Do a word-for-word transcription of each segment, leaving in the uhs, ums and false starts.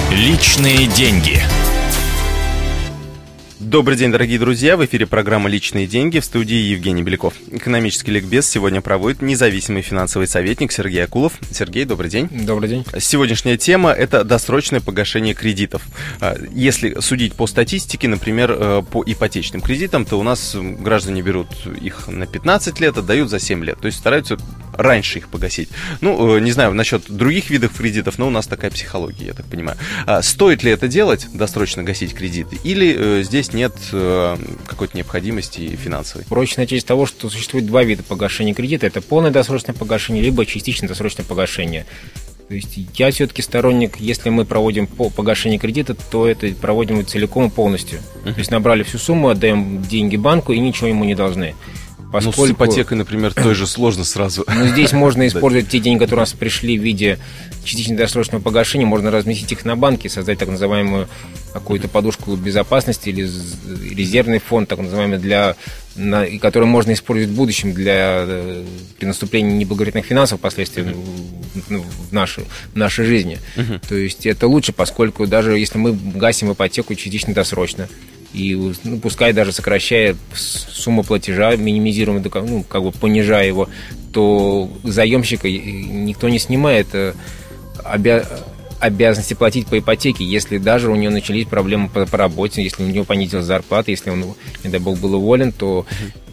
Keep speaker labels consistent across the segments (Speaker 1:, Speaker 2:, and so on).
Speaker 1: Личные деньги.
Speaker 2: Добрый день, дорогие друзья! В эфире программа «Личные деньги», в студии Евгений Беляков. Экономический ликбез сегодня проводит независимый финансовый советник Сергей Акулов. Сергей, добрый день.
Speaker 3: Добрый день.
Speaker 2: Сегодняшняя тема – это досрочное погашение кредитов. Если судить по статистике, например, по ипотечным кредитам, то у нас граждане берут их на пятнадцать лет, отдают за семь лет. То есть стараются раньше их погасить. Ну, не знаю, насчет других видов кредитов, но у нас такая психология, я так понимаю. Стоит ли это делать, досрочно гасить кредиты, или здесь нет какой-то необходимости финансовой?
Speaker 3: Проще начать с того, что существует два вида погашения кредита. Это полное досрочное погашение, либо частичное досрочное погашение. То есть я все-таки сторонник, если мы проводим по погашение кредита, то это проводим целиком и полностью. Uh-huh. То есть набрали всю сумму, отдаем деньги банку и ничего ему не должны.
Speaker 2: Поскольку... Ну, с ипотекой, например, той же сложно сразу.
Speaker 3: Ну, здесь можно использовать те деньги, которые у нас пришли в виде частично-досрочного погашения, можно разместить их на банке, создать так называемую какую-то подушку безопасности или резервный фонд, так называемый, для, на, который можно использовать в будущем для, при наступлении неблагоприятных финансовых последствий в, в, нашей, в нашей жизни. Uh-huh. То есть это лучше, поскольку даже если мы гасим ипотеку частично-досрочно, и ну, пускай даже сокращая сумму платежа, минимизируем, ну, как бы понижая его, то заемщика никто не снимает обя... обязанности платить по ипотеке, если даже у него начались проблемы по, по работе, если у него понизилась зарплата, если он, не дай бог, был уволен, то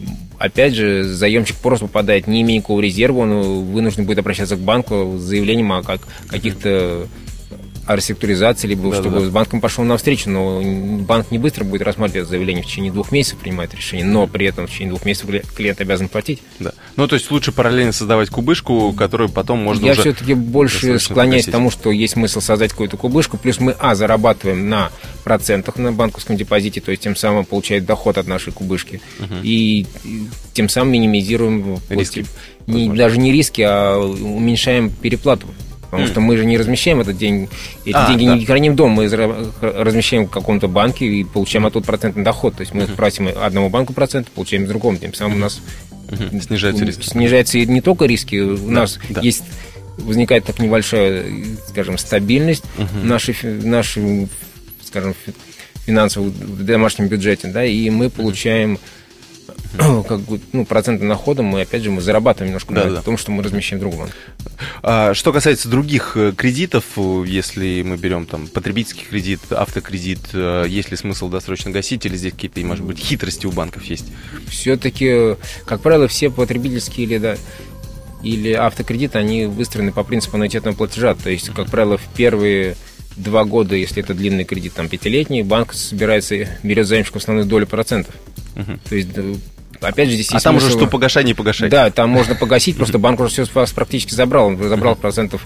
Speaker 3: опять же заемщик просто попадает, не имея никакого резерва, он вынужден будет обращаться к банку с заявлением о как, каких-то о реструктуризации, либо да, чтобы да. с банком пошел навстречу, но банк не быстро будет рассматривать заявление, в течение двух месяцев принимает решение, но при этом в течение двух месяцев клиент обязан платить.
Speaker 2: Да. Ну, то есть лучше параллельно создавать кубышку, которую потом можно
Speaker 3: Я
Speaker 2: уже...
Speaker 3: Я все-таки больше склоняюсь к тому, что есть смысл создать какую-то кубышку, плюс мы, а, зарабатываем на процентах на банковском депозите, то есть тем самым получает доход от нашей кубышки, uh-huh. и тем самым минимизируем риски. Не, даже не риски, а уменьшаем переплату. Потому mm. что мы же не размещаем этот день, эти а, деньги да. не храним дома, мы размещаем в каком-то банке и получаем mm. оттуда процентный доход. То есть мы mm-hmm. просим одному банку процент, получаем с другому, тем самым mm-hmm. у нас
Speaker 2: mm-hmm. снижаются риски.
Speaker 3: Снижаются не только риски, у да, нас
Speaker 2: да.
Speaker 3: есть, возникает так небольшая, скажем, стабильность mm-hmm. нашей, нашей, скажем, финансовой в домашнем бюджете, да, и мы получаем как бы, ну, процентным доходом мы, опять же, мы зарабатываем немножко да, на да. том, что мы размещаем в другом банке.
Speaker 2: А, что касается других кредитов, если мы берем там потребительский кредит, автокредит, есть ли смысл досрочно гасить, или здесь какие-то, может быть, хитрости у банков есть?
Speaker 3: Все-таки, как правило, все потребительские или, да, или автокредиты, они выстроены по принципу аннуитетного платежа. То есть, как правило, в первые два года, если это длинный кредит, там, пятилетний, банк собирается, берет заемщиков основную долю процентов. Uh-huh. То есть, опять же, здесь
Speaker 2: а
Speaker 3: есть
Speaker 2: там
Speaker 3: смысл...
Speaker 2: уже что погашать, не погашать.
Speaker 3: Да, там можно погасить, просто банк уже все с вас практически забрал. Он забрал процентов,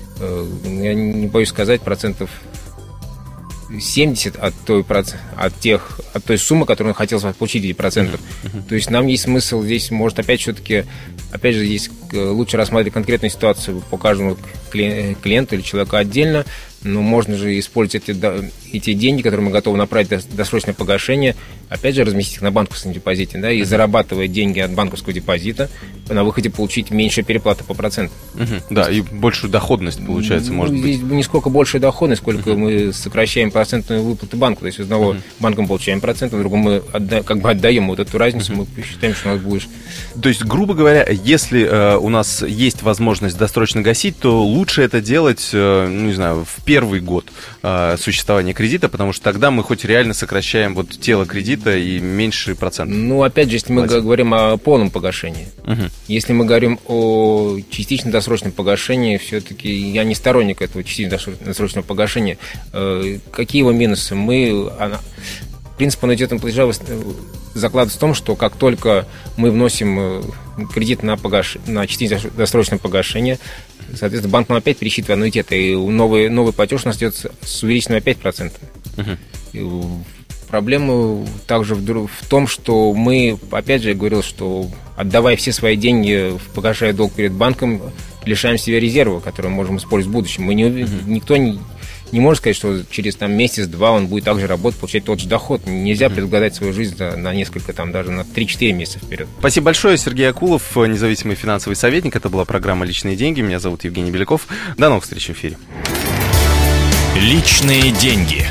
Speaker 3: я не боюсь сказать, процентов семьдесят от той, от тех, от той суммы, которую он хотел с вас получить, эти процентов. То есть нам есть смысл здесь, может, опять все-таки, опять же, здесь лучше рассматривать конкретную ситуацию по каждому клиенту или человеку отдельно, но можно же использовать эти, эти деньги, которые мы готовы направить в досрочное погашение, опять же, разместить их на банковском депозите, да, и зарабатывая деньги от банковского депозита, на выходе получить меньше переплаты по процентам.
Speaker 2: Uh-huh. Да, и большую доходность, получается,
Speaker 3: ну,
Speaker 2: может
Speaker 3: здесь
Speaker 2: быть.
Speaker 3: Не сколько большая доходность, сколько uh-huh. мы сокращаем процентные выплаты банку. То есть, из одного uh-huh. банка мы получаем процент, а другому мы отда- как бы отдаем вот эту разницу, uh-huh. мы считаем, что у нас будет.
Speaker 2: То есть, грубо говоря, если э, у нас есть возможность досрочно гасить, то лучше это делать, э, ну, не знаю, в первый год э, существования кредита, потому что тогда мы хоть реально сокращаем вот тело кредита и меньше процентов.
Speaker 3: Ну, опять же, если мы Платим. говорим о полном погашении. Uh-huh. Если мы говорим о частично досрочном погашении, все-таки я не сторонник этого частично досрочного погашения. Э, какие его минусы? Мы... Она, принцип аннуитетного платежа закладывается в том, что как только мы вносим кредит на, погаш... на частично досрочное погашение, соответственно, банк нам опять пересчитывает аннуитет, и новый, новый платеж у нас идет с увеличенными опять процентами. Uh-huh. Проблема также в, в том, что мы, опять же, я говорил, что отдавая все свои деньги, погашая долг перед банком, лишаем себя резерва, который мы можем использовать в будущем. Мы не, uh-huh. Никто не, не может сказать, что через там, месяц-два он будет также работать, получать тот же доход. Нельзя uh-huh. предугадать свою жизнь на, на несколько, там, даже на три-четыре месяца вперед.
Speaker 2: Спасибо большое. Сергей Акулов, независимый финансовый советник. Это была программа «Личные деньги». Меня зовут Евгений Беляков. До новых встреч в эфире.
Speaker 1: Личные деньги.